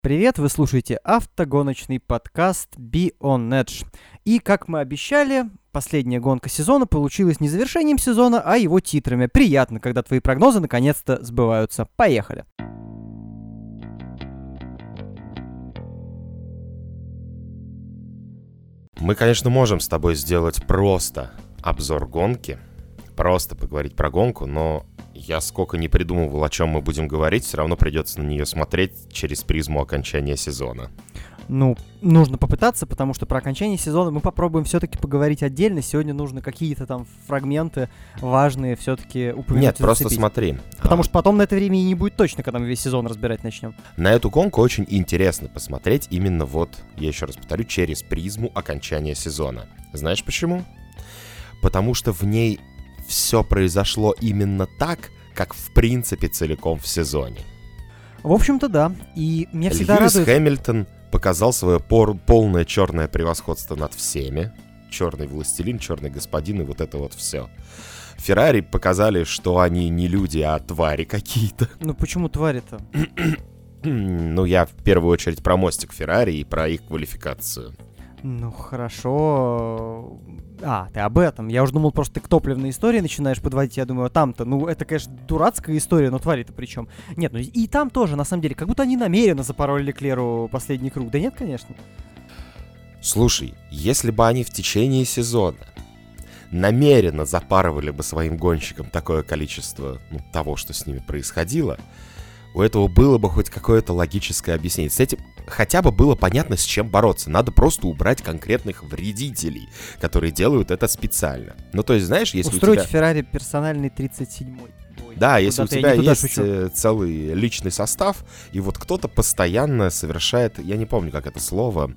Привет, вы слушаете автогоночный подкаст Be On Edge. И, как мы обещали, последняя гонка сезона получилась не завершением сезона, а его титрами. Приятно, когда твои прогнозы наконец-то сбываются. Поехали! Мы, конечно, можем с тобой сделать просто обзор гонки, просто поговорить про гонку, но я сколько не придумывал, о чем мы будем говорить, все равно придется на нее смотреть через призму окончания сезона. Ну, нужно попытаться, потому что про окончание сезона мы попробуем все-таки поговорить отдельно. Сегодня нужно какие-то там фрагменты важные все-таки упомянуть. Нет, просто смотри. Потому что потом на это время и не будет точно, когда мы весь сезон разбирать начнем. На эту гонку очень интересно посмотреть именно вот, я еще раз повторю, через призму окончания сезона. Знаешь почему? Потому что в ней все произошло именно так, как в принципе целиком в сезоне. В общем-то, да. И меня всегда Льюис радует... Хэмилтон показал свое полное черное превосходство над всеми. Черный властелин, черный господин и вот это вот все. Феррари показали, что они не люди, а твари какие-то. Ну почему твари-то? Ну, я в первую очередь про мостик Феррари и про их квалификацию. Ну, хорошо. Ты об этом. Я уже думал, просто ты к топливной истории начинаешь подводить. Я думаю, там-то, ну, это, конечно, дурацкая история, но твари-то при чем? Нет, ну и там тоже, на самом деле, как будто они намеренно запороли Леклеру последний круг. Да нет, конечно. Слушай, если бы они в течение сезона намеренно запарывали бы своим гонщикам такое количество того, что с ними происходило, у этого было бы хоть какое-то логическое объяснение. С этим хотя бы было понятно, с чем бороться. Надо просто убрать конкретных вредителей, которые делают это специально. Ну, то есть, знаешь, если устроить у тебя... Феррари персональный 37-й. Да, если у тебя есть целый личный состав, и вот кто-то постоянно совершает... Я не помню, как это слово...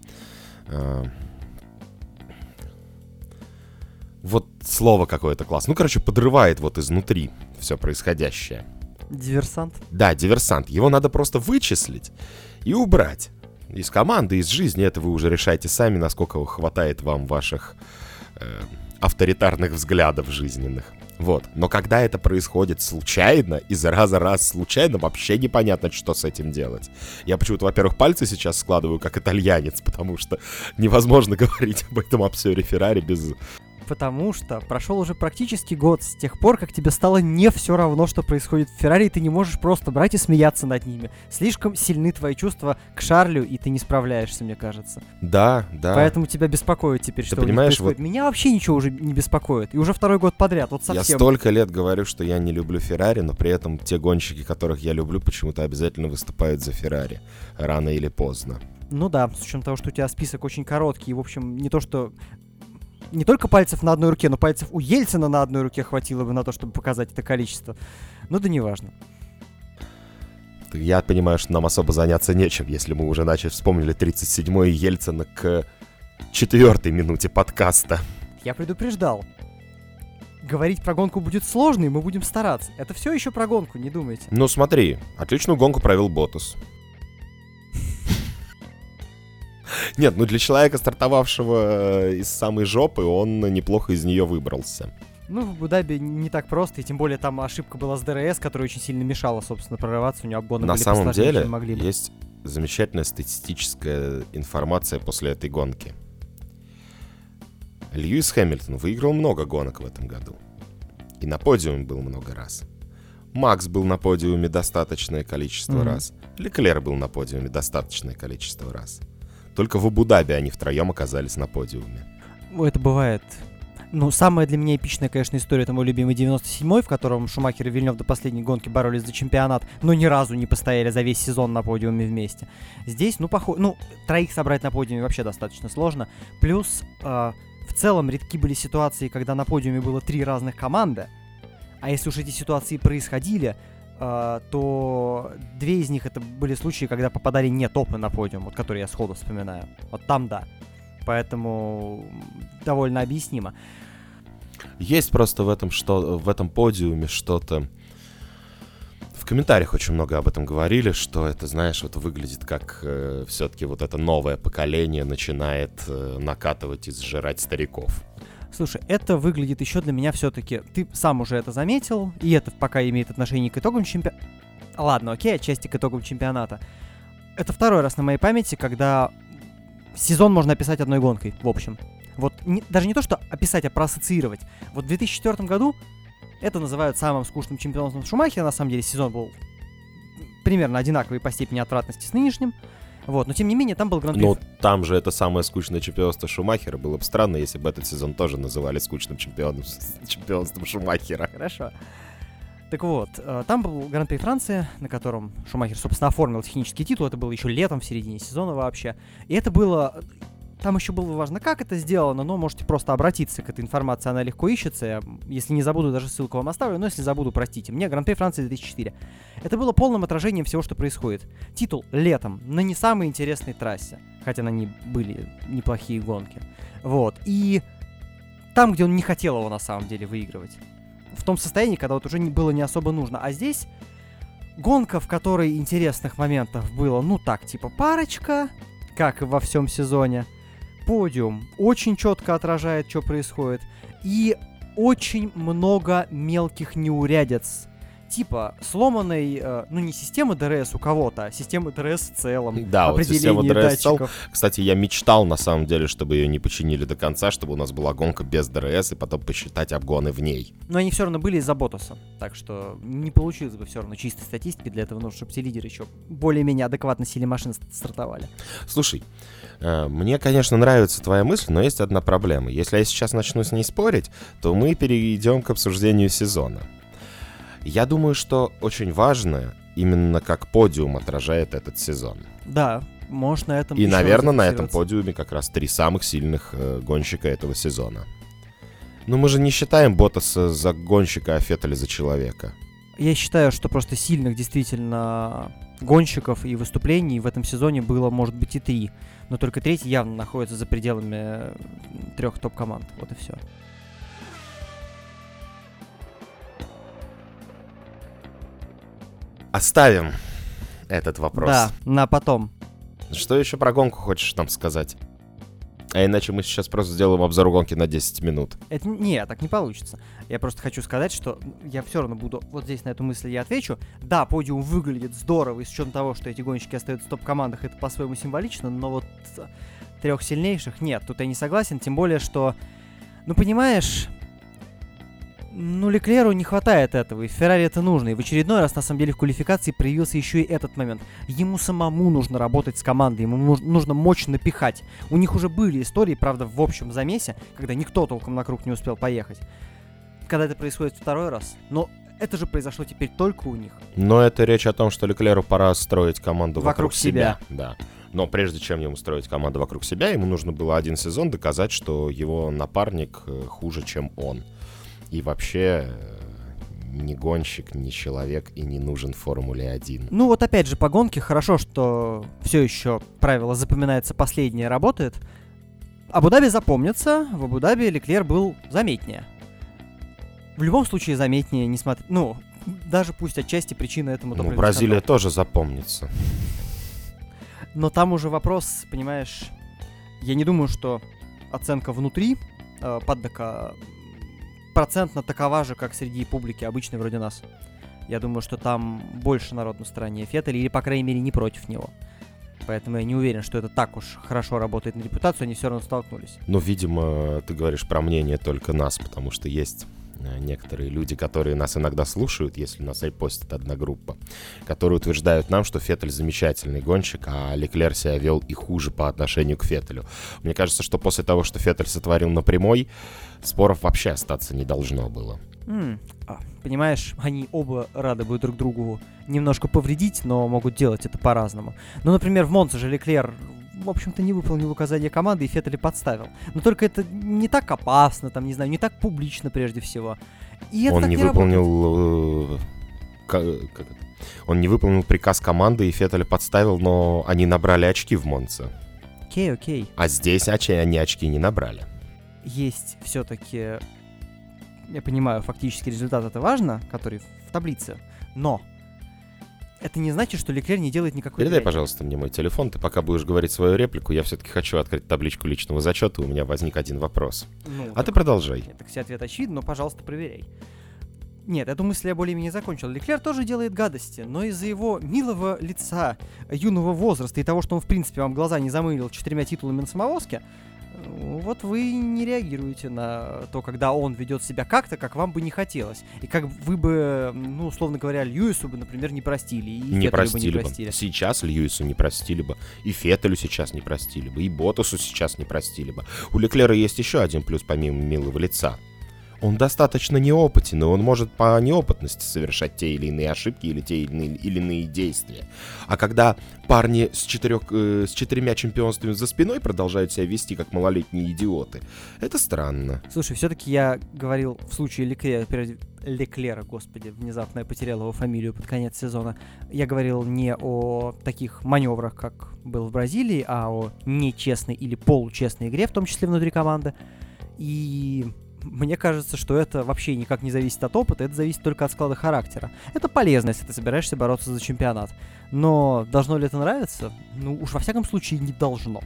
Вот слово какое-то классное. Ну, короче, подрывает вот изнутри все происходящее. Диверсант? Да, диверсант. Его надо просто вычислить и убрать. Из команды, из жизни. Это вы уже решаете сами, насколько хватает вам ваших авторитарных взглядов жизненных. Вот. Но когда это происходит случайно, из раза в раз случайно, вообще непонятно, что с этим делать. Я почему-то, во-первых, пальцы сейчас складываю как итальянец, потому что невозможно говорить об этом обзоре Феррари без... Потому что прошел уже практически год с тех пор, как тебе стало не все равно, что происходит в Феррари, и ты не можешь просто брать и смеяться над ними. Слишком сильны твои чувства к Шарлю, и ты не справляешься, мне кажется. Да, да. Поэтому тебя беспокоит теперь, что у них происходит. Вот... Меня вообще ничего уже не беспокоит, и уже второй год подряд, вот совсем. Я столько лет говорю, что я не люблю Феррари, но при этом те гонщики, которых я люблю, почему-то обязательно выступают за Феррари. Рано или поздно. Ну да, с учетом того, что у тебя список очень короткий, и, в общем, не то что... Не только пальцев на одной руке, но пальцев у Ельцина на одной руке хватило бы на то, чтобы показать это количество. Ну да неважно. Я понимаю, что нам особо заняться нечем, если мы уже вспомнили 37-й Ельцина к 4-й минуте подкаста. Я предупреждал. Говорить про гонку будет сложно, и мы будем стараться. Это все еще про гонку, не думайте. Ну смотри, отличную гонку провел Ботас. Нет, ну для человека, стартовавшего из самой жопы, он неплохо из нее выбрался. Ну, в Абу-Даби не так просто, и тем более там ошибка была с ДРС, которая очень сильно мешала, собственно, прорываться. У него обгоны были посложнее, чем могли. На самом деле, есть замечательная статистическая информация после этой гонки. Льюис Хэмилтон выиграл много гонок в этом году. И на подиуме был много раз. Макс был на подиуме достаточное количество раз. Леклер был на подиуме достаточное количество раз. Только в Абу-Даби они втроем оказались на подиуме. Это бывает. Ну, самая для меня эпичная, конечно, история — это мой любимый 97-й, в котором Шумахер и Вильнёв до последней гонки боролись за чемпионат, но ни разу не постояли за весь сезон на подиуме вместе. Здесь, троих собрать на подиуме вообще достаточно сложно. Плюс, в целом, редки были ситуации, когда на подиуме было 3 разных команды, а если уж эти ситуации происходили, то 2 из них это были случаи, когда попадали не топы на подиум, вот которые я сходу вспоминаю. Вот там да. Поэтому довольно объяснимо. Есть просто в этом подиуме что-то... В комментариях очень много об этом говорили, что это, знаешь, вот выглядит как все-таки вот это новое поколение начинает накатывать и сжирать стариков. Слушай, это выглядит еще для меня все-таки... Ты сам уже это заметил, и это пока имеет отношение к итогам чемпионата. Ладно, окей, отчасти к итогам чемпионата. Это второй раз на моей памяти, когда сезон можно описать одной гонкой, в общем. Вот даже не то, что описать, а проассоциировать. Вот в 2004 году это называют самым скучным чемпионством Шумахера. На самом деле сезон был примерно одинаковый по степени отвратности с нынешним. Вот, но тем не менее там был Гран-при... Ну, там же это самое скучное чемпионство Шумахера. Было бы странно, если бы этот сезон тоже называли скучным чемпионством Шумахера. Хорошо. Так вот, там был Гран-при Франции, на котором Шумахер, собственно, оформил технический титул. Это было еще летом, в середине сезона вообще. И это было... Там еще было важно, как это сделано, но можете просто обратиться к этой информации, она легко ищется. Я, если не забуду, даже ссылку вам оставлю, но если забуду, простите. Мне Гран-при Франции 2004. Это было полным отражением всего, что происходит. Титул летом, на не самой интересной трассе, хотя на ней были неплохие гонки. Вот, и там, где он не хотел его на самом деле выигрывать. В том состоянии, когда вот уже было не особо нужно. А здесь гонка, в которой интересных моментов было, ну так, типа парочка, как и во всем сезоне. Подиум очень четко отражает, что происходит. И очень много мелких неурядиц. Типа сломанной, ну не системы ДРС у кого-то, а системы ДРС в целом. Да, вот система ДРС датчиков. Кстати, я мечтал на самом деле, чтобы ее не починили до конца, чтобы у нас была гонка без ДРС и потом посчитать обгоны в ней. Но они все равно были из-за Ботаса. Так что не получилось бы все равно чистой статистики. Для этого нужно, чтобы все лидеры еще более-менее адекватно силе машин стартовали. Слушай, мне, конечно, нравится твоя мысль, но есть одна проблема. Если я сейчас начну с ней спорить, то мы перейдем к обсуждению сезона. Я думаю, что очень важно именно как подиум отражает этот сезон. Да, может на этом... И, наверное, на этом подиуме как раз 3 самых сильных гонщика этого сезона. Но мы же не считаем Ботаса за гонщика, а Феттеля за человека. Я считаю, что просто сильных действительно гонщиков и выступлений в этом сезоне было, может быть, и 3. Но только 3 явно находится за пределами 3 топ-команд. Вот и все. Оставим этот вопрос. Да, на потом. Что еще про гонку хочешь нам сказать? А иначе мы сейчас просто сделаем обзор гонки на 10 минут. Это, не, так не получится. Я просто хочу сказать, что я все равно буду... Вот здесь на эту мысль я отвечу. Да, подиум выглядит здорово, и с учетом того, что эти гонщики остаются в топ-командах, это по-своему символично, но вот 3 сильнейших нет, тут я не согласен, тем более, что... Ну, понимаешь... Ну, Леклеру не хватает этого, и Феррари это нужно. И в очередной раз, на самом деле, в квалификации проявился еще и этот момент. Ему самому нужно работать с командой, ему нужно мощь напихать. У них уже были истории, правда, в общем замесе, когда никто толком на круг не успел поехать. Когда это происходит второй раз. Но это же произошло теперь только у них. Но это речь о том, что Леклеру пора строить команду вокруг себя. Да. Но прежде чем ему строить команду вокруг себя, ему нужно было один сезон доказать, что его напарник хуже, чем он. И вообще ни гонщик, ни человек и не нужен в Формуле 1. Ну вот опять же по гонке хорошо, что все еще правило запоминается последнее работает. Абу-Даби запомнится, в Абу-Даби Леклер был заметнее. В любом случае заметнее, несмотря... Ну, даже пусть отчасти причина этому... Ну, Бразилия тоже запомнится. Но там уже вопрос, понимаешь, я не думаю, что оценка внутри паддока процентно такова же, как среди публики обычной вроде нас. Я думаю, что там больше народ на стороне Феттеля, или, по крайней мере, не против него. Поэтому я не уверен, что это так уж хорошо работает на репутацию, они все равно столкнулись. Ну, видимо, ты говоришь про мнение только нас, потому что есть некоторые люди, которые нас иногда слушают, если нас репостит одна группа, которые утверждают нам, что Феттель замечательный гонщик, а Леклер себя вел и хуже по отношению к Феттелю. Мне кажется, что после того, что Феттель сотворил на прямой, споров вообще остаться не должно было. Понимаешь, они оба рады будут друг другу немножко повредить, но могут делать это по-разному. Ну, например, в Монце же Леклер, в общем-то, не выполнил указания команды и Феттеля подставил. Но только это не так опасно, там, не знаю, не так публично прежде всего. И это он не выполнил... Он не выполнил приказ команды, и Феттеля подставил, но они набрали очки в Монце. Окей. А здесь они очки не набрали. Есть все-таки... Я понимаю, фактический результат это важно, который в таблице, но это не значит, что Леклер не делает никакой... Передай, пожалуйста, мне мой телефон, ты пока будешь говорить свою реплику, я все-таки хочу открыть табличку личного зачета, у меня возник один вопрос. Ты продолжай. Так все ответ очевиден, но, пожалуйста, проверяй. Нет, эту мысль я более-менее закончил. Леклер тоже делает гадости, но из-за его милого лица, юного возраста и того, что он, в принципе, вам глаза не замылил 4 титулами на самовозке, вот вы не реагируете на то, когда он ведет себя как-то, как вам бы не хотелось. И как вы бы, ну, условно говоря, Льюису бы, например, не простили. И не Феттелю простили бы не бы. простили. Сейчас Льюису не простили бы. И Феттелю сейчас не простили бы. И Ботасу сейчас не простили бы. У Леклера есть еще один плюс помимо милого лица. Он достаточно неопытен, и он может по неопытности совершать те или иные ошибки или те или иные действия. А когда парни с 4 чемпионствами за спиной продолжают себя вести как малолетние идиоты, это странно. Слушай, все-таки я говорил в случае Леклера, господи, внезапно я потерял его фамилию под конец сезона. Я говорил не о таких маневрах, как был в Бразилии, а о нечестной или получестной игре, в том числе внутри команды. И мне кажется, что это вообще никак не зависит от опыта, это зависит только от склада характера. Это полезно, если ты собираешься бороться за чемпионат. Но должно ли это нравиться? Ну, уж во всяком случае не должно.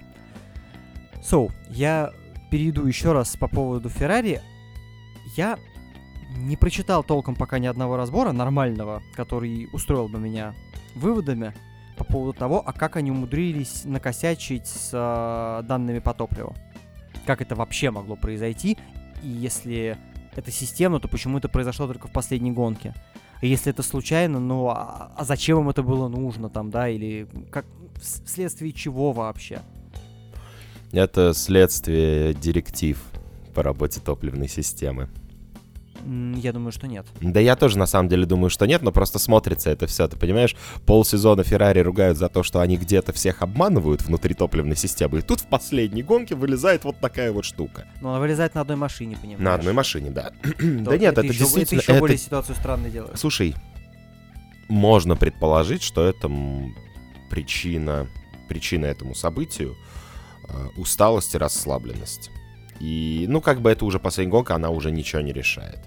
Я перейду еще раз по поводу Феррари. Я не прочитал толком пока ни одного разбора нормального, который устроил бы меня выводами по поводу того, а как они умудрились накосячить с данными по топливу. Как это вообще могло произойти? И если это системно, то почему это произошло только в последней гонке? И если это случайно, ну а зачем им это было нужно там, да? Или как, вследствие чего вообще? Это следствие директив по работе топливной системы. Я думаю, что нет. Да я тоже на самом деле думаю, что нет, но просто смотрится это все, ты понимаешь? Полсезона Феррари ругают за то, что они где-то всех обманывают внутри топливной системы, и тут в последней гонке вылезает вот такая вот штука. Но она вылезает на одной машине, понимаешь? На одной машине, да. Да нет, это действительно... Это еще более ситуацию странной делает. Слушай, можно предположить, что это причина этому событию усталость и расслабленность. И, ну, как бы это уже последняя гонка, она уже ничего не решает.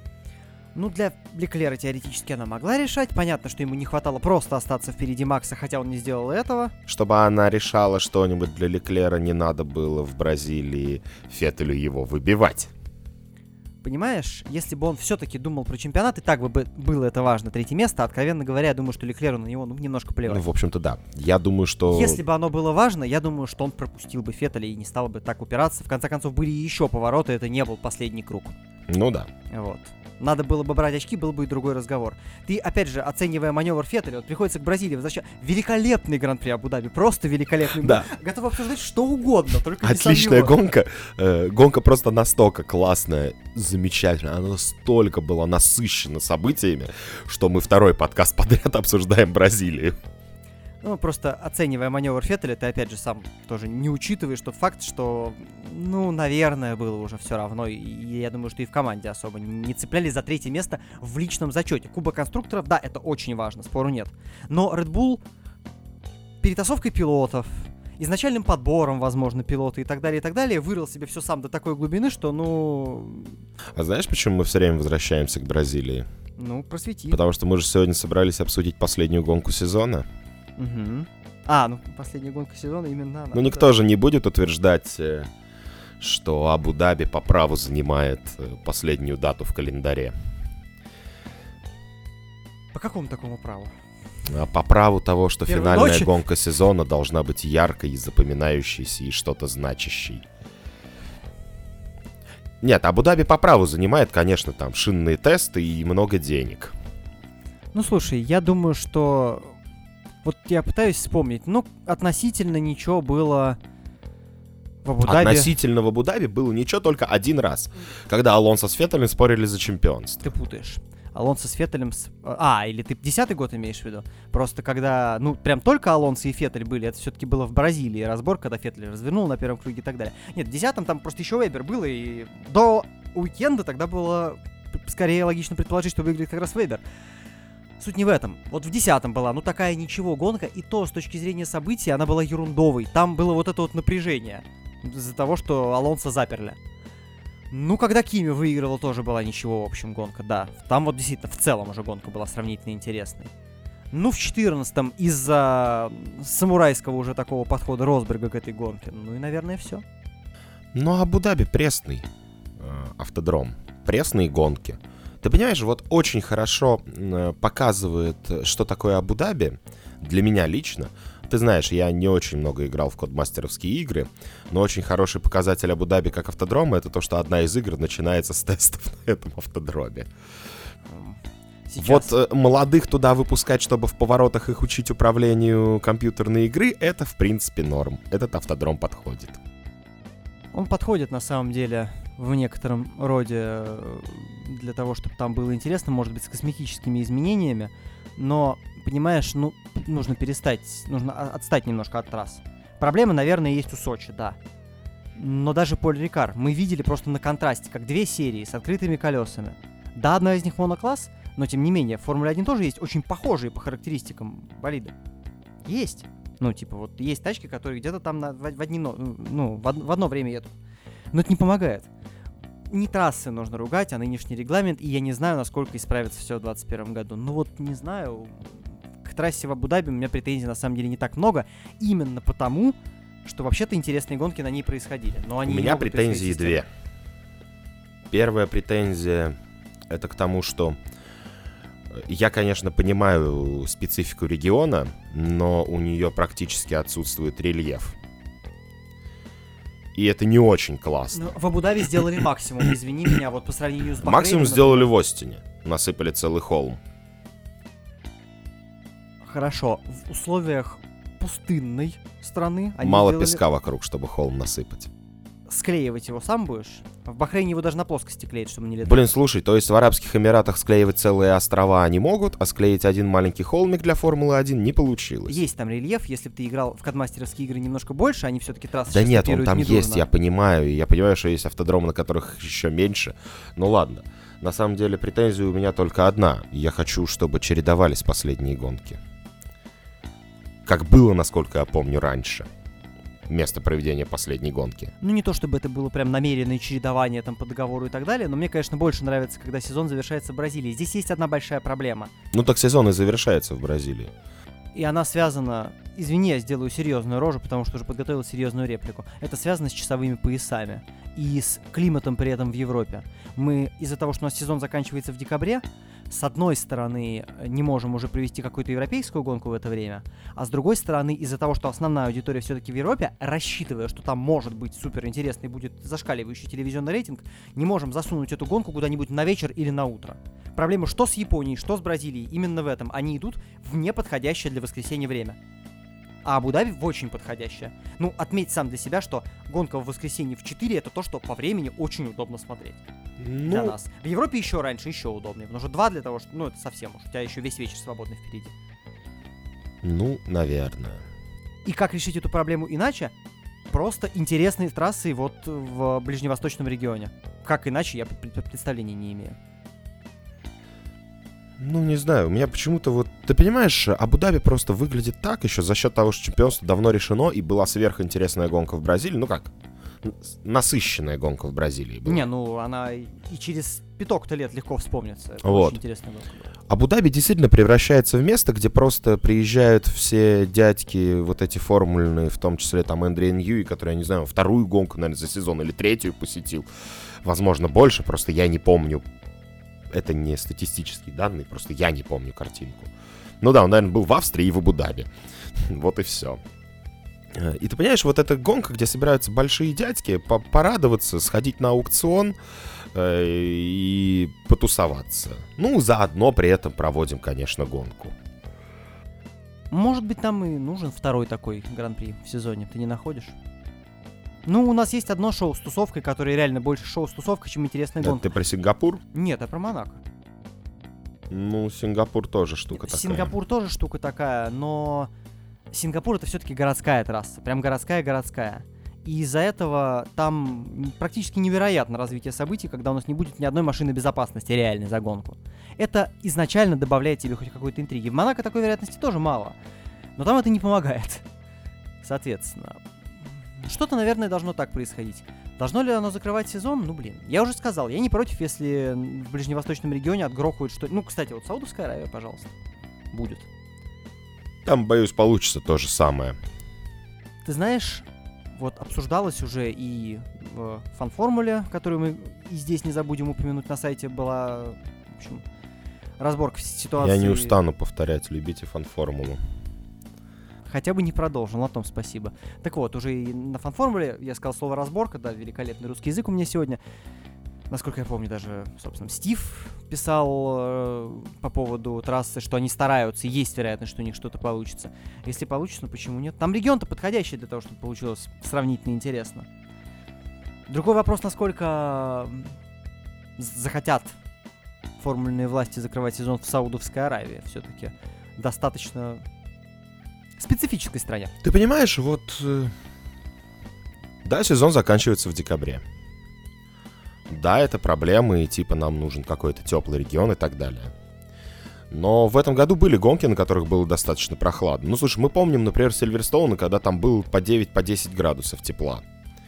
Ну, для Леклера теоретически она могла решать. Понятно, что ему не хватало просто остаться впереди Макса, хотя он не сделал этого. Чтобы она решала что-нибудь для Леклера, не надо было в Бразилии Феттелю его выбивать. Понимаешь, если бы он все-таки думал про чемпионат, и так бы было это важно, 3-е место, откровенно говоря, я думаю, что Леклеру на него немножко плевать. Ну, в общем-то, да. Я думаю, что... Если бы оно было важно, я думаю, что он пропустил бы Феттеля и не стал бы так упираться. В конце концов, были еще повороты, это не был последний круг. Ну да. Вот. Надо было бы брать очки, был бы и другой разговор. Ты, опять же, оценивая маневр Феттеля, вот приходится к Бразилии возвращаться. Великолепный Гран-при Абу-Даби, просто великолепный. Да. Готов обсуждать что угодно, только не отличная сам его. гонка. Гонка просто настолько классная, замечательная. Она настолько была насыщена событиями, что мы второй подкаст подряд обсуждаем Бразилию. Ну, просто оценивая маневр Феттеля, ты, опять же, сам тоже не учитываешь тот факт, что, ну, наверное, было уже все равно. И я думаю, что и в команде особо не цеплялись за 3-е место в личном зачете. Кубок конструкторов, да, это очень важно, спору нет. Но Red Bull перетасовкой пилотов, изначальным подбором, возможно, пилота и так далее, вырыл себе все сам до такой глубины, что, ну... А знаешь, почему мы все время возвращаемся к Бразилии? Ну, просвети. Потому что мы же сегодня собрались обсудить последнюю гонку сезона. Угу. Ну, последняя гонка сезона именно она. Ну, никто же не будет утверждать, что Абу-Даби по праву занимает последнюю дату в календаре. По какому такому праву? По праву того, что Первой финальная ночи? гонка сезона должна быть яркой и запоминающейся и что-то значащей. Нет, Абу-Даби по праву занимает, конечно, там шинные тесты и много денег. Ну, слушай, я думаю, что... Вот я пытаюсь вспомнить, ну, относительно ничего было в Абу-Даби. Относительно в Абу-Даби было ничего только один раз, когда Алонсо с Феттелем спорили за чемпионство. Ты путаешь. Алонсо с Феттелем... или ты 10-й год имеешь в виду? Просто когда, ну, прям только Алонсо и Феттель были, это все-таки было в Бразилии разбор, когда Феттель развернул на первом круге и так далее. Нет, в 10-м там просто еще Вебер было, и до уикенда тогда было скорее логично предположить, что выиграет как раз Вебер. Суть не в этом. Вот в 10-м была, ну, такая ничего гонка, и то, с точки зрения событий, она была ерундовой. Там было вот это вот напряжение из-за того, что Алонсо заперли. Ну, когда Кими выигрывал, тоже была ничего, в общем, гонка, да. Там вот действительно в целом уже гонка была сравнительно интересной. Ну, в 14-м из-за самурайского уже такого подхода Росберга к этой гонке. Ну и, наверное, все. Ну, Абу-Даби пресный автодром. Пресные гонки. Ты понимаешь, вот очень хорошо показывает, что такое Абу-Даби, для меня лично. Ты знаешь, я не очень много играл в кодмастеровские игры, но очень хороший показатель Абу-Даби как автодрома — это то, что одна из игр начинается с тестов на этом автодроме. Сейчас. Вот молодых туда выпускать, чтобы в поворотах их учить управлению компьютерной игры, это, в принципе, норм. Этот автодром подходит. Он подходит, на самом деле, в некотором роде для того, чтобы там было интересно, может быть, с косметическими изменениями, но, понимаешь, нужно отстать немножко от трасс. Проблема, наверное, есть у Сочи, да. Но даже Поль Рикар мы видели просто на контрасте, как две серии с открытыми колесами. Да, одна из них монокласс, но, тем не менее, в Формуле 1 тоже есть очень похожие по характеристикам болиды. Есть. Есть тачки, которые где-то там в одно время едут. Но это не помогает. Не трассы нужно ругать, а нынешний регламент, и я не знаю, насколько исправится все в 2021 году. Не знаю. К трассе в Абу-Даби у меня претензий на самом деле не так много, именно потому, что вообще-то интересные гонки на ней происходили. Но они у меня претензии две. Первая претензия — это к тому, что я, конечно, понимаю специфику региона, но у нее практически отсутствует рельеф. И это не очень классно. В Абу-Даби сделали максимум, извини меня, вот по сравнению с Бахрейном. Максимум сделали в Остине. Насыпали целый холм. Хорошо, в условиях пустынной страны они мало сделали... песка вокруг, чтобы холм насыпать. Склеивать его сам будешь? В Бахрейне его даже на плоскости клеить, чтобы не летать. Блин, слушай, то есть в Арабских Эмиратах склеивать целые острова они могут, а склеить один маленький холмик для Формулы-1 не получилось. Есть там рельеф, если бы ты играл в кодмастеровские игры немножко больше, они все-таки трассы да нет, он там недурно. есть, я понимаю. И я понимаю, что есть автодромы, на которых еще меньше. Ну ладно. На самом деле претензия у меня только одна. Я хочу, чтобы чередовались последние гонки. Как было, насколько я помню, раньше. Место проведения последней гонки. Не то чтобы это было прям намеренное чередование там по договору и так далее, но мне, конечно, больше нравится, когда сезон завершается в Бразилии. Здесь есть одна большая проблема. Так сезон и завершается в Бразилии. И она связана... Извини, я сделаю серьезную рожу, потому что уже подготовил серьезную реплику. Это связано с часовыми поясами и с климатом при этом в Европе. Мы из-за того, что у нас сезон заканчивается в декабре, с одной стороны, не можем уже провести какую-то европейскую гонку в это время, а с другой стороны, из-за того, что основная аудитория все-таки в Европе, рассчитывая, что там может быть суперинтересный, будет зашкаливающий телевизионный рейтинг, не можем засунуть эту гонку куда-нибудь на вечер или на утро. Проблема что с Японией, что с Бразилией, именно в этом. Они идут в неподходящее для воскресенья время. А Абу-Даби в очень подходящее. Отметь сам для себя, что гонка в воскресенье в 4 это то, что по времени очень удобно смотреть. Для нас. В Европе еще раньше, еще удобнее. Потому что 2 для того, что... это совсем уж. У тебя еще весь вечер свободный впереди. Наверное. И как решить эту проблему иначе? Просто интересные трассы вот в ближневосточном регионе. Как иначе, я представления не имею. Не знаю, у меня почему-то ты понимаешь, Абу-Даби просто выглядит так еще за счет того, что чемпионство давно решено, и была сверхинтересная гонка в Бразилии. Насыщенная гонка в Бразилии была. Она и через пяток-то лет легко вспомнится. Это вот. Очень интересная гонка была. Абу-Даби действительно превращается в место, где просто приезжают все дядьки, вот эти формульные, в том числе там Эндрю Ньюи, который, я не знаю, вторую гонку, наверное, за сезон или третью посетил. Возможно, больше, просто я не помню. Это не статистические данные, просто я не помню картинку. Он, наверное, был в Австрии и в Абу-Даби. Вот и все. И ты понимаешь, вот эта гонка, где собираются большие дядьки, порадоваться, сходить на аукцион и потусоваться. Заодно при этом проводим, конечно, гонку. Может быть, там и нужен второй такой гран-при в сезоне, ты не находишь? У нас есть одно шоу с тусовкой, которое реально больше шоу с тусовкой, чем интересная гонка. Ты про Сингапур? Нет, я про Монако. Сингапур тоже штука такая. Сингапур тоже штука такая, но Сингапур это все-таки городская трасса, прям городская. И из-за этого там практически невероятно развитие событий, когда у нас не будет ни одной машины безопасности реальной за гонку. Это изначально добавляет тебе хоть какой-то интриги. В Монако такой вероятности тоже мало, но там это не помогает. Соответственно, что-то, наверное, должно так происходить. Должно ли оно закрывать сезон? Я уже сказал, я не против, если в ближневосточном регионе отгрохают что... кстати, вот Саудовская Аравия, пожалуйста, будет. Там, боюсь, получится то же самое. Ты знаешь, обсуждалось уже и в фан-формуле, которую мы и здесь не забудем упомянуть, на сайте была общем, разборка ситуации... Я не устану повторять, любите фан-формулу. Хотя бы не продолжил, на том спасибо. Так вот, уже и на фан-формуле я сказал слово «разборка», да, великолепный русский язык у меня сегодня. Насколько я помню, даже, собственно, Стив писал по поводу трассы, что они стараются, и есть вероятность, что у них что-то получится. Если получится, ну почему нет? Там регион-то подходящий для того, чтобы получилось сравнительно интересно. Другой вопрос, насколько захотят формульные власти закрывать сезон в Саудовской Аравии. Все-таки достаточно специфической стране. Ты понимаешь, вот... Да, сезон заканчивается в декабре. Да, это проблемы, и типа нам нужен какой-то теплый регион и так далее. Но в этом году были гонки, на которых было достаточно прохладно. Ну, слушай, мы помним, например, Сильверстоун, когда там было по 9-10 градусов тепла.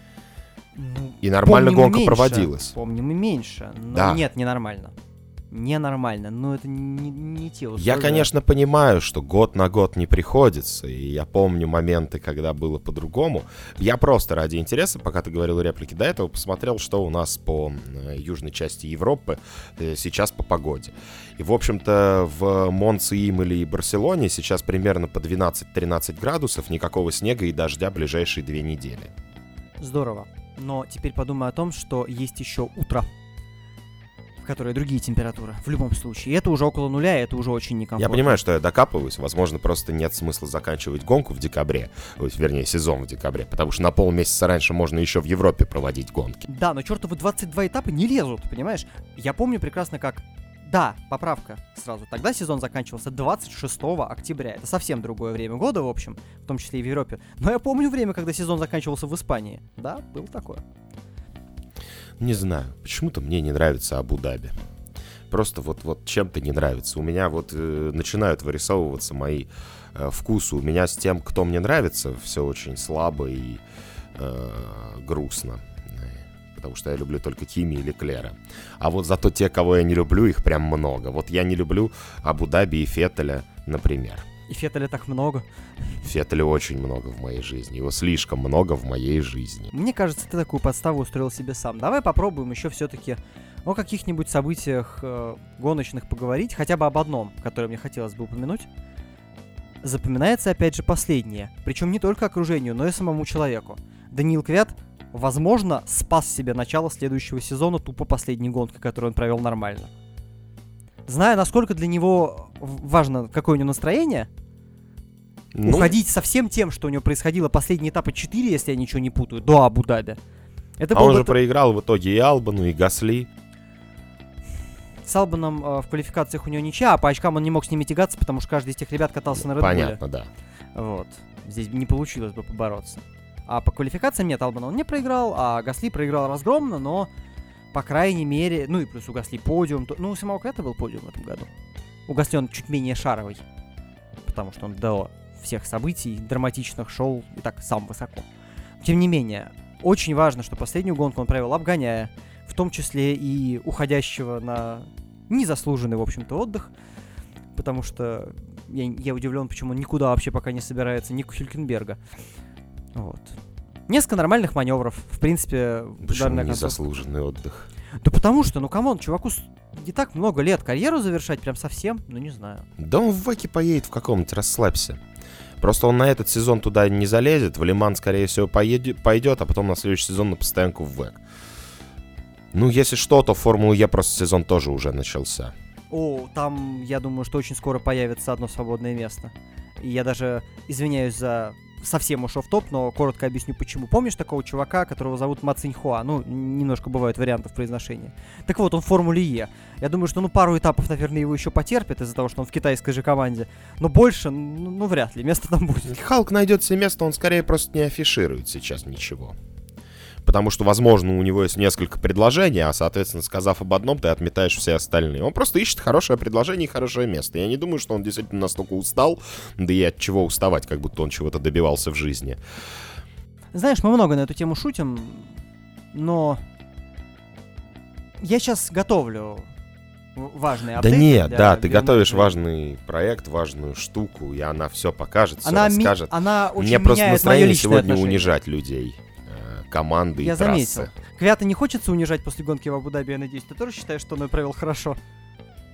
Ну, и нормально гонка меньше, проводилась. Помним и меньше. Но да. Нет, ненормально. Ненормально, но это не те условия. Я, конечно, понимаю, что год на год не приходится, и я помню моменты, когда было по-другому. Я просто ради интереса, пока ты говорил реплики до этого, посмотрел, что у нас по южной части Европы сейчас по погоде. И, в общем-то, в Монце, Имоле и Барселоне сейчас примерно по 12-13 градусов, никакого снега и дождя ближайшие 2 недели. Здорово. Но теперь подумай о том, что есть еще утро, в которой другие температуры, в любом случае. И это уже около нуля, и это уже очень некомфортно. Я понимаю, что я докапываюсь. Возможно, просто нет смысла заканчивать гонку в декабре. Вернее, сезон в декабре. Потому что на полмесяца раньше можно еще в Европе проводить гонки. Да, но чертовы 22 этапа не лезут, понимаешь? Я помню прекрасно, как... Да, поправка сразу. Тогда сезон заканчивался 26 октября. Это совсем другое время года, в общем, в том числе и в Европе. Но я помню время, когда сезон заканчивался в Испании. Да, было такое. Не знаю, почему-то мне не нравится Абу-Даби. Просто вот чем-то не нравится. У меня вот начинают вырисовываться мои вкусы. У меня с тем, кто мне нравится, все очень слабо и грустно. Потому что я люблю только Кими или Леклера. А вот зато те, кого я не люблю, их прям много. Вот я не люблю Абу-Даби и Феттеля, например. И Феттеля так много. Феттеля очень много в моей жизни. Его слишком много в моей жизни. Мне кажется, ты такую подставу устроил себе сам. Давай попробуем еще все-таки о каких-нибудь событиях гоночных поговорить. Хотя бы об одном, которое мне хотелось бы упомянуть. Запоминается, опять же, последнее. Причем не только окружению, но и самому человеку. Даниил Квят, возможно, спас себе начало следующего сезона тупо последней гонкой, которую он провел нормально. Зная, насколько для него важно, какое у него настроение, уходить со всем тем, что у него происходило последние этапы 4, если я ничего не путаю, до Абу-Даби. Он же проиграл в итоге и Албану, и Гасли. С Албаном в квалификациях у него ничья, а по очкам он не мог с ними тягаться, потому что каждый из тех ребят катался на Red Bull. Понятно, да. Вот. Здесь не получилось бы побороться. А по квалификациям нет, Албана он не проиграл, а Гасли проиграл разгромно, но, по крайней мере, ну и плюс у Гасли подиум, ну у самого Квята был подиум в этом году. У Гасли он чуть менее шаровый, потому что он до всех событий драматичных шел и так сам высоко. Тем не менее, очень важно, что последнюю гонку он провел обгоняя, в том числе и уходящего на незаслуженный, в общем-то, отдых, потому что я удивлен, почему он никуда вообще пока не собирается, ни Хюлькенберга. Вот. Несколько нормальных маневров. В принципе, почему незаслуженный отдых? Да потому что, ну камон, чуваку не так много лет. Карьеру завершать прям совсем, ну не знаю. Да он в Веке поедет в каком-нибудь, расслабься. Просто он на этот сезон туда не залезет. В Лиман, скорее всего, пойдет, а потом на следующий сезон на постоянку в Век. Ну, если что, то в Формулу Е просто сезон тоже уже начался. О, там, я думаю, что очень скоро появится одно свободное место. И я даже извиняюсь за... Совсем ушел в топ, но коротко объясню почему. Помнишь такого чувака, которого зовут Ма Циньхуа? Ну, немножко бывают вариантов произношения. Так вот, он в Формуле Е. Я думаю, что пару этапов, наверное, его еще потерпит из-за того, что он в китайской же команде. Но больше, вряд ли. Место там будет. Халк найдет себе место, он скорее просто не афиширует сейчас ничего. Потому что, возможно, у него есть несколько предложений, а, соответственно, сказав об одном, ты отметаешь все остальные. Он просто ищет хорошее предложение и хорошее место. Я не думаю, что он действительно настолько устал, да и от чего уставать, как будто он чего-то добивался в жизни. Знаешь, мы много на эту тему шутим, но я сейчас готовлю важный апдейт. Да нет, да, ты готовишь важный проект, важную штуку, и она все покажет, все расскажет. Она очень Мне просто настроение сегодня отношения. Унижать людей. Команды я и трассы. заметил. Квята не хочется унижать после гонки в Абу-Даби, я надеюсь. Ты тоже считаешь, что он ее провел хорошо?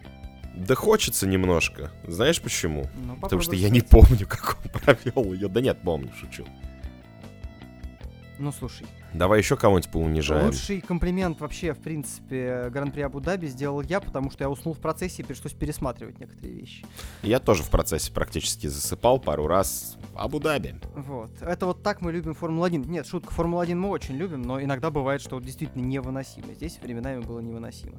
Да хочется немножко. Знаешь почему? Ну, Потому что попробуй я не сказать. помню, как он провел ее. Да нет, помню, шучу. Ну, слушай, Давай еще кого-нибудь поунижаем. лучший комплимент вообще, в принципе, Гран-при Абу-Даби сделал я, потому что я уснул в процессе и пришлось пересматривать некоторые вещи. Я тоже в процессе практически засыпал пару раз. Абу-Даби. Вот. Это вот так мы любим Формулу-1. Нет, шутка, Формулу-1 мы очень любим, но иногда бывает, что вот действительно невыносимо. Здесь временами было невыносимо.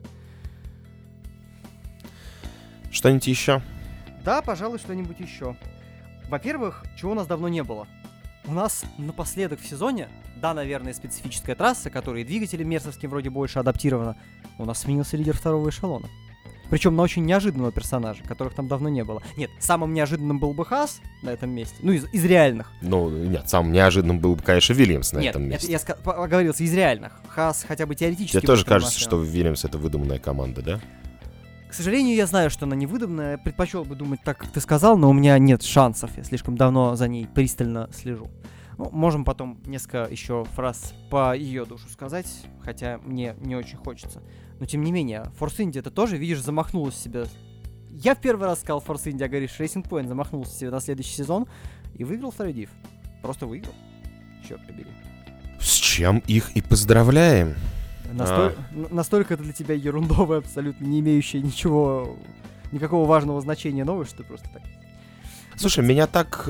Что-нибудь еще? Да, пожалуй, что-нибудь еще. Во-первых, чего у нас давно не было. У нас напоследок в сезоне, да, наверное, специфическая трасса, которой двигатели мерсовские вроде больше адаптирована, у нас сменился лидер второго эшелона. Причем на очень неожиданного персонажа, которых там давно не было. Нет, самым неожиданным был бы Хаас на этом месте. Ну, из реальных. Ну, нет, самым неожиданным был бы, конечно, Вильямс на Нет, этом месте. это я оговорился, из реальных. Хаас хотя бы теоретически... Тебе тоже был там кажется, машина. что Вильямс — это выдуманная команда, да? К сожалению, я знаю, что она невыдуманная. Я предпочел бы думать так, как ты сказал, но у меня нет шансов. Я слишком давно за ней пристально слежу. Ну, можем потом несколько еще фраз по ее душу сказать, хотя мне не очень хочется. Но тем не менее, Force India это тоже, видишь, замахнулась себе. Я в первый раз сказал Force India, говоришь, Racing Point замахнулся себе на следующий сезон и выиграл второй див. Просто выиграл. Черт побери. С чем их и поздравляем. Настолько это для тебя ерундовая, абсолютно не имеющая никакого важного значения новость, что просто так. Слушай, меня так...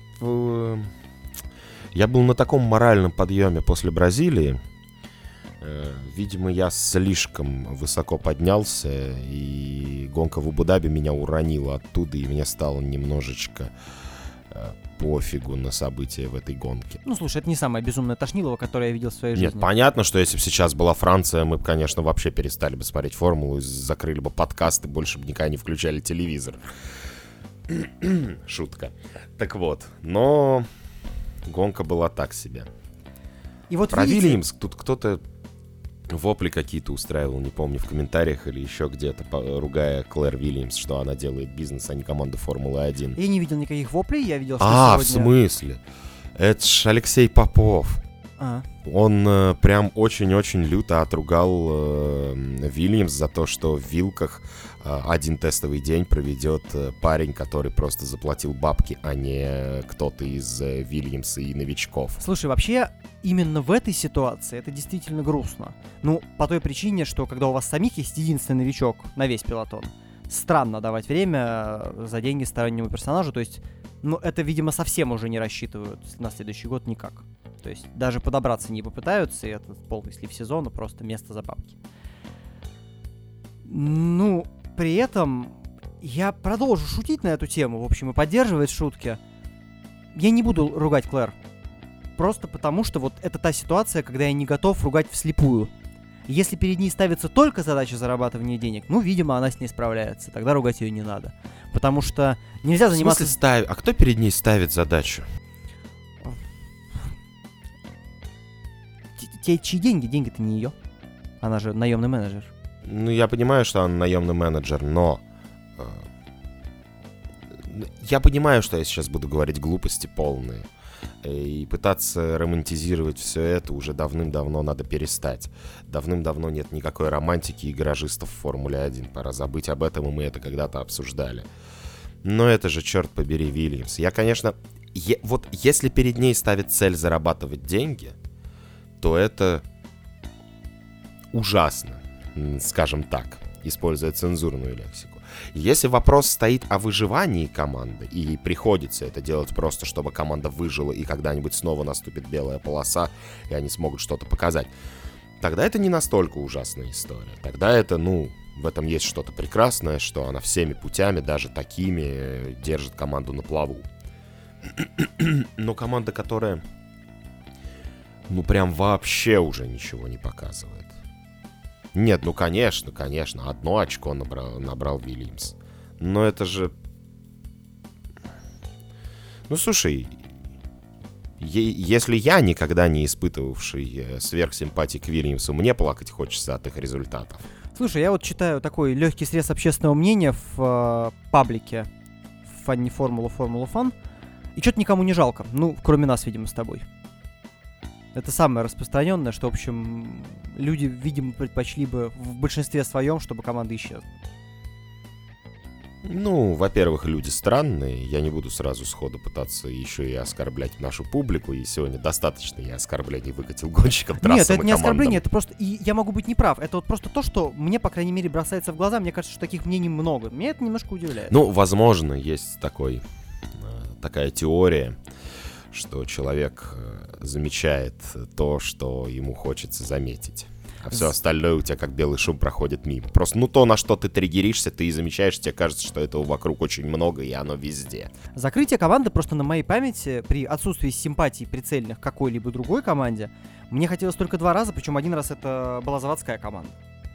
Я был на таком моральном подъеме после Бразилии. Видимо, я слишком высоко поднялся, и гонка в Абу-Даби меня уронила оттуда, и мне стало немножечко пофигу на события в этой гонке. Ну, слушай, это не самое безумное тошнилово, которое я видел в своей жизни. Нет, понятно, что если бы сейчас была Франция, мы бы, конечно, вообще перестали бы смотреть формулу, закрыли бы подкасты, больше бы никогда не включали телевизор. Шутка. Так вот, но гонка была так себе. И вот Про видите, Вильямс тут кто-то вопли какие-то устраивал, не помню, в комментариях или еще где-то, ругая Клэр Вильямс, что она делает бизнес, а не команду Формулы-1. я не видел никаких воплей, я видел, что В сегодня... смысле? Это ж Алексей Попов. Он прям очень-очень люто отругал Вильямс за то, что в Вилках один тестовый день проведет парень, который просто заплатил бабки, а не кто-то из Вильямса и новичков. Слушай, вообще, именно в этой ситуации это действительно грустно. Ну, по той причине, что когда у вас самих есть единственный новичок на весь пелотон, странно давать время за деньги стороннему персонажу, то есть, ну, это, видимо, совсем уже не рассчитывают на следующий год никак. То есть даже подобраться не попытаются, и это полный слив сезона, просто место за бабки. Ну, при этом я продолжу шутить на эту тему, в общем, и поддерживать шутки. Я не буду ругать Клэр. Просто потому, что вот это та ситуация, когда я не готов ругать вслепую. Если перед ней ставится только задача зарабатывания денег, ну, видимо, она с ней справляется. Тогда ругать ее не надо. Потому что нельзя заниматься... В смысле А кто перед ней ставит задачу? Чьи деньги? Деньги-то не ее. Она же наемный менеджер. Ну, я понимаю, что он наемный менеджер, но... Я понимаю, что я сейчас буду говорить глупости полные. И пытаться романтизировать все это уже давным-давно надо перестать. Давным-давно нет никакой романтики и гаражистов в Формуле-1. Пора забыть об этом, и мы это когда-то обсуждали. Но это же, черт побери, Вильямс. Я, конечно... Вот если перед ней ставит цель зарабатывать деньги, то это ужасно, скажем так, используя цензурную лексику. Если вопрос стоит о выживании команды, и приходится это делать просто, чтобы команда выжила, и когда-нибудь снова наступит белая полоса, и они смогут что-то показать, тогда это не настолько ужасная история. Тогда это, в этом есть что-то прекрасное, что она всеми путями, даже такими, держит команду на плаву. Но команда, которая... прям вообще уже ничего не показывает. Нет, конечно, одно очко набрал Вильямс. Но это же... Слушай, если я, никогда не испытывавший сверхсимпатии к Вильямсу, мне плакать хочется от их результатов. Слушай, я вот читаю такой легкий срез общественного мнения в паблике Фанни Формула Фан, и что-то никому не жалко. Кроме нас, видимо, с тобой. Это самое распространенное, что, в общем, люди, видимо, предпочли бы в большинстве своем, чтобы команда исчезла. Ну, во-первых, люди странные. Я не буду сразу сходу пытаться еще и оскорблять нашу публику. И сегодня достаточно я оскорблений выкатил гонщикам, трассам и Нет, это не командам. оскорбление, это просто... И я могу быть неправ. Это вот просто то, что мне, по крайней мере, бросается в глаза. Мне кажется, что таких мнений много. Меня это немножко удивляет. Ну, возможно, есть такая теория, что человек замечает то, что ему хочется заметить. А все остальное у тебя как белый шум проходит мимо. Просто, то, на что ты триггеришься, ты и замечаешь, тебе кажется, что этого вокруг очень много, и оно везде. Закрытие команды просто на моей памяти, при отсутствии симпатий прицельных к какой-либо другой команде, мне хотелось только 2 раза, причем 1 раз это была заводская команда.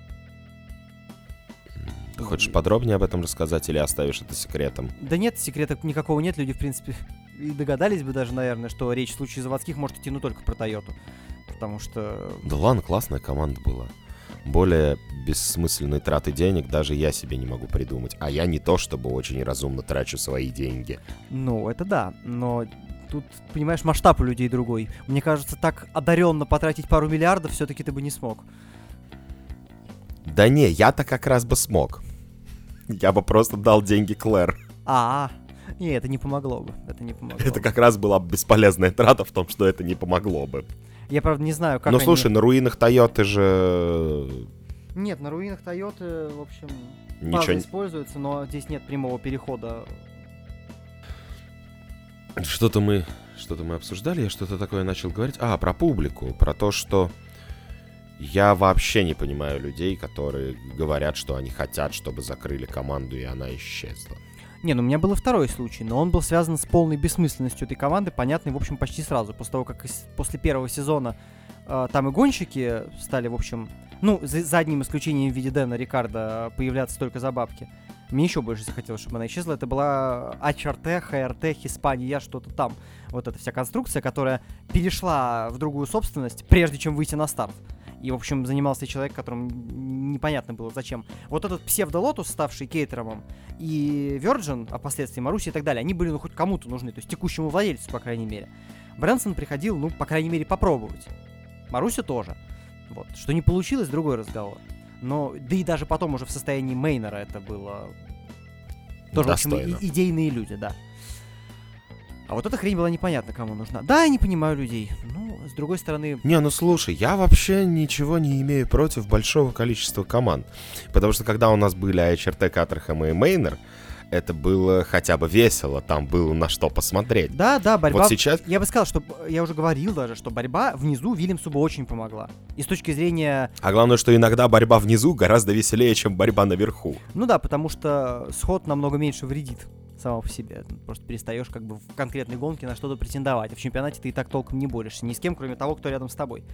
Ты хочешь подробнее об этом рассказать или оставишь это секретом? Да нет, секрета никакого нет, люди, в принципе, и догадались бы даже, наверное, что речь в случае заводских может идти только про Тойоту. Потому что... Да ладно, классная команда была. Более бессмысленной траты денег даже я себе не могу придумать. А я не то, чтобы очень разумно трачу свои деньги. Ну, это да, но тут, понимаешь, масштаб у людей другой. Мне кажется, так одаренно потратить пару миллиардов все-таки ты бы не смог. Да не, я-то как раз бы смог. Я бы просто дал деньги Клэр. Не, это не помогло бы. Это не помогло. Это как раз была бесполезная трата в том, что это не помогло бы. Я, правда, не знаю, как Ну, слушай, на руинах Тойоты же... Нет, на руинах Тойоты, в общем, Ничего база не... используется, но здесь нет прямого перехода. Что-то мы обсуждали, я что-то такое начал говорить. Про публику, про то, что я вообще не понимаю людей, которые говорят, что они хотят, чтобы закрыли команду, и она исчезла. Не, ну у меня был и второй случай, но он был связан с полной бессмысленностью этой команды, понятной, в общем, почти сразу. После того, как после первого сезона там и гонщики стали, в общем, ну, за одним исключением в виде Дэна Рикардо появляться только за бабки. Мне еще больше захотелось, чтобы она исчезла. Это была HRT, HRT, Хиспания, что-то там. Вот эта вся конструкция, которая перешла в другую собственность, прежде чем выйти на старт. И, в общем, занимался человек, которому непонятно было зачем. Вот этот псевдо-Лотус, ставший Кейтеромом, и Virgin, а впоследствии Маруси и так далее, они были, ну, хоть кому-то нужны, то есть текущему владельцу, по крайней мере. Брэнсон приходил, ну, по крайней мере, попробовать. Маруси тоже. Вот. Что не получилось, другой разговор. Но, да и даже потом уже в состоянии Мейнера это было... Тоже, достойно. в общем, идейные люди, да. А вот эта хрень была непонятна, кому нужна. Да, я не понимаю людей. Ну, с другой стороны... Не, ну слушай, я вообще ничего не имею против большого количества команд. Потому что когда у нас были HRT, Каттерхэм и Мейнер, это было хотя бы весело, там было на что посмотреть. Да, борьба... Вот сейчас... Я бы сказал, что... Я уже говорил даже, что борьба внизу Вильямсу бы очень помогла. И с точки зрения... А главное, что иногда борьба внизу гораздо веселее, чем борьба наверху. Ну да, потому что сход намного меньше вредит само по себе. Просто перестаешь как бы в конкретной гонке на что-то претендовать. А в чемпионате ты и так толком не борешься ни с кем, кроме того, кто рядом с тобой.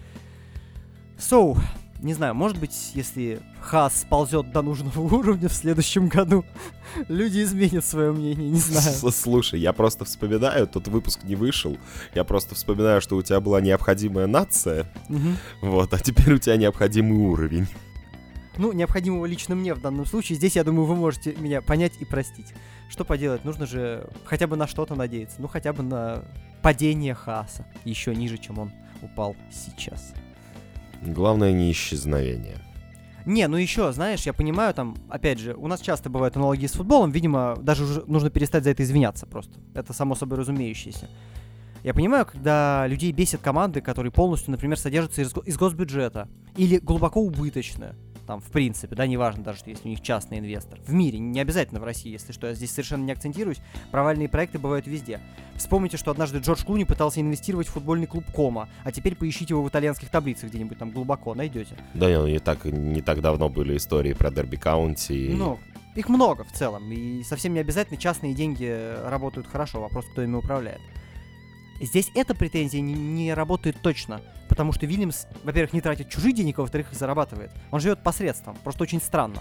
Не знаю, может быть, если Хаас сползет до нужного уровня в следующем году, люди изменят свое мнение, не знаю. Слушай, я просто вспоминаю, тот выпуск не вышел, я просто вспоминаю, что у тебя была необходимая нация, вот, а теперь у тебя необходимый уровень. Ну, необходимого лично мне в данном случае. Здесь, я думаю, вы можете меня понять и простить. Что поделать? Нужно же хотя бы на что-то надеяться. Ну, хотя бы на падение Хааса. Еще ниже, чем он упал сейчас. Главное, не исчезновение. Не, ну еще, знаешь, я понимаю, там, опять же, у нас часто бывают аналогии с футболом. Видимо, даже уже нужно перестать за это извиняться просто. Это само собой разумеющееся. Я понимаю, когда людей бесят команды, которые полностью, например, содержатся из госбюджета. Или глубоко убыточные. Там, в принципе, да, неважно даже, что если у них частный инвестор. В мире, не обязательно в России, если что, я здесь совершенно не акцентируюсь. Провальные проекты бывают везде. Вспомните, что однажды Джордж Клуни пытался инвестировать в футбольный клуб Кома, а теперь поищите его в итальянских таблицах где-нибудь там глубоко, найдете. Да, не так давно были истории про Дерби Каунти. Ну, их много в целом, и совсем не обязательно частные деньги работают хорошо, вопрос, кто ими управляет. Здесь эта претензия не работает точно, потому что Вильямс, во-первых, не тратит чужие денег, а во-вторых, их зарабатывает. Он живет посредством, просто очень странно.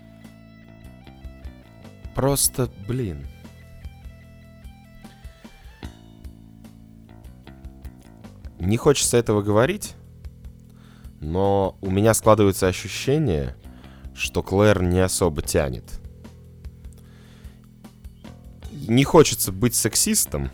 Просто, блин. Не хочется этого говорить, но у меня складывается ощущение, что Клэр не особо тянет. Не хочется быть сексистом,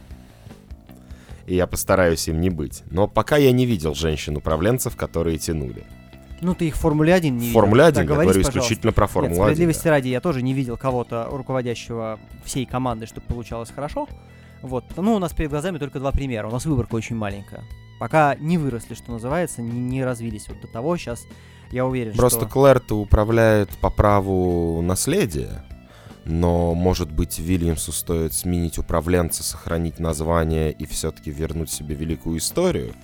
и я постараюсь им не быть. Но пока я не видел женщин-управленцев, которые тянули. Ну, ты их в Формуле 1 не видел. Формуле 1, я говори, говорю пожалуйста. исключительно про Формулу 1. Справедливости ради, я тоже не видел кого-то, руководящего всей командой, чтобы получалось хорошо. Вот. Ну, у нас перед глазами только два примера. У нас выборка очень маленькая. Пока не выросли, что называется, не развились вот до того. Сейчас я уверен, Просто что... Клэр-то управляет по праву наследия. Но, может быть, Вильямсу стоит сменить управленца, сохранить название и все-таки вернуть себе великую историю?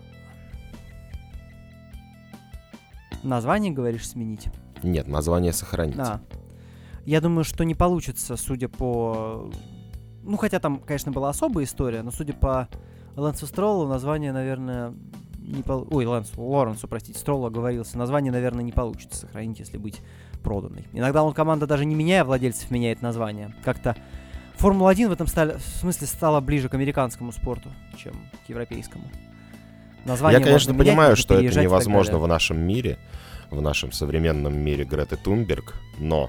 Название, говоришь, сменить? Нет, название сохранить. Я думаю, что не получится, судя по... Ну, хотя там, конечно, была особая история, но судя по Лэнсу Строллу, название, наверное, не Лоренсу, простите, Строллу оговорился. Название, наверное, не получится сохранить, если быть проданной. Иногда команда, даже не меняя владельцев, меняет название. Как-то Формула-1 в этом смысле стала ближе к американскому спорту, чем к европейскому. Название я, конечно, можно понимаю, менять, что это невозможно в нашем мире, в нашем современном мире Греты Тунберг, но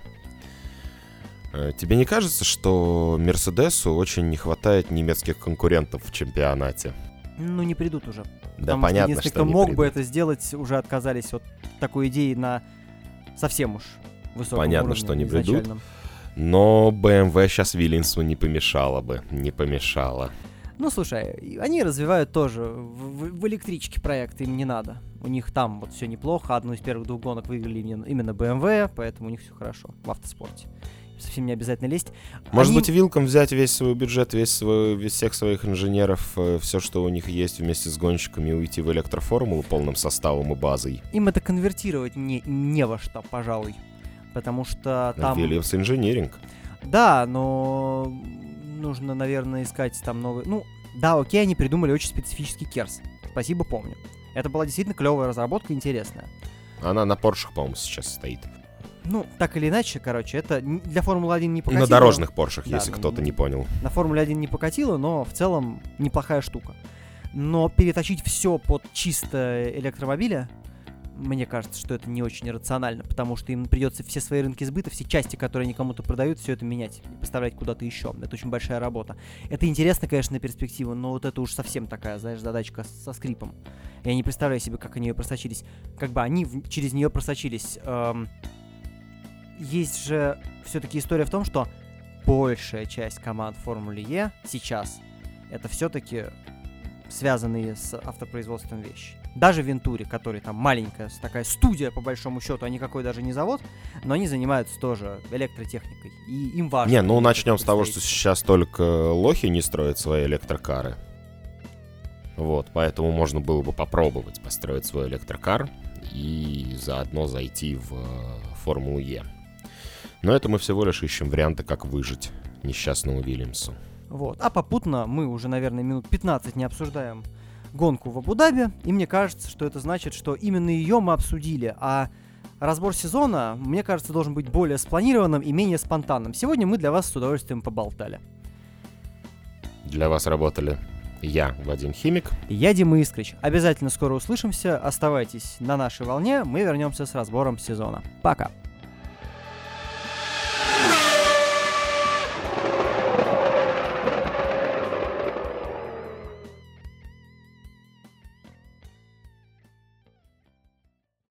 тебе не кажется, что Мерседесу очень не хватает немецких конкурентов в чемпионате? Ну, не придут уже. Да, Потому понятно, что единственные, что кто не мог придут. бы это сделать, уже отказались от такой идеи на совсем уж высоком Понятно, уровне что не придут. изначальном. Но BMW сейчас Вильямсу не помешало бы, не помешало. Ну, слушай, они развивают тоже в электричке проект, им не надо. У них там вот все неплохо, одну из первых двух гонок выиграли именно BMW, поэтому у них все хорошо в автоспорте. Совсем не обязательно лезть. Может быть, Вилком взять весь свой бюджет, всех своих инженеров, все, что у них есть, вместе с гонщиками, и уйти в электроформулу полным составом и базой? Им это конвертировать не во что, пожалуй. Потому что там... Williams Engineering. Да, но нужно, наверное, искать там новый... Ну, да, окей, они придумали очень специфический керс. Спасибо, помню. Это была действительно клевая разработка, интересная. Она на Поршах, по-моему, сейчас стоит. Ну, так или иначе, короче, это для Формулы-1 не покатило. На дорожных Поршах, Да, если кто-то не понял. На Формуле-1 не покатило, но в целом неплохая штука. Но переточить все под чисто электромобиля, мне кажется, что это не очень рационально, потому что им придется все свои рынки сбыта, все части, которые они кому-то продают, все это менять и поставлять куда-то еще. Это очень большая работа. Это интересно, конечно, на перспективу, но вот это уж совсем такая, знаешь, задачка со скрипом. Я не представляю себе, как они ее просочились. Как бы они через нее просочились. Есть же все-таки история в том, что большая часть команд Формулы Е сейчас это все-таки связанные с автопроизводством вещи. Даже Вентури, который там маленькая такая студия, по большому счету, а никакой даже не завод, но они занимаются тоже электротехникой, и им важно. Не, ну начнем с того, что сейчас только лохи не строят свои электрокары. Вот, поэтому можно было бы попробовать построить свой электрокар и заодно зайти в Формулу Е. Но это мы всего лишь ищем варианты, как выжить несчастному Вильямсу. Вот. А попутно мы уже, наверное, минут 15 не обсуждаем гонку в Абу-Даби, и мне кажется, что это значит, что именно ее мы обсудили, а разбор сезона, мне кажется, должен быть более спланированным и менее спонтанным. Сегодня мы для вас с удовольствием поболтали. Для вас работали я, Вадим Химик. И я, Дима Искрич. Обязательно скоро услышимся, оставайтесь на нашей волне, мы вернемся с разбором сезона. Пока!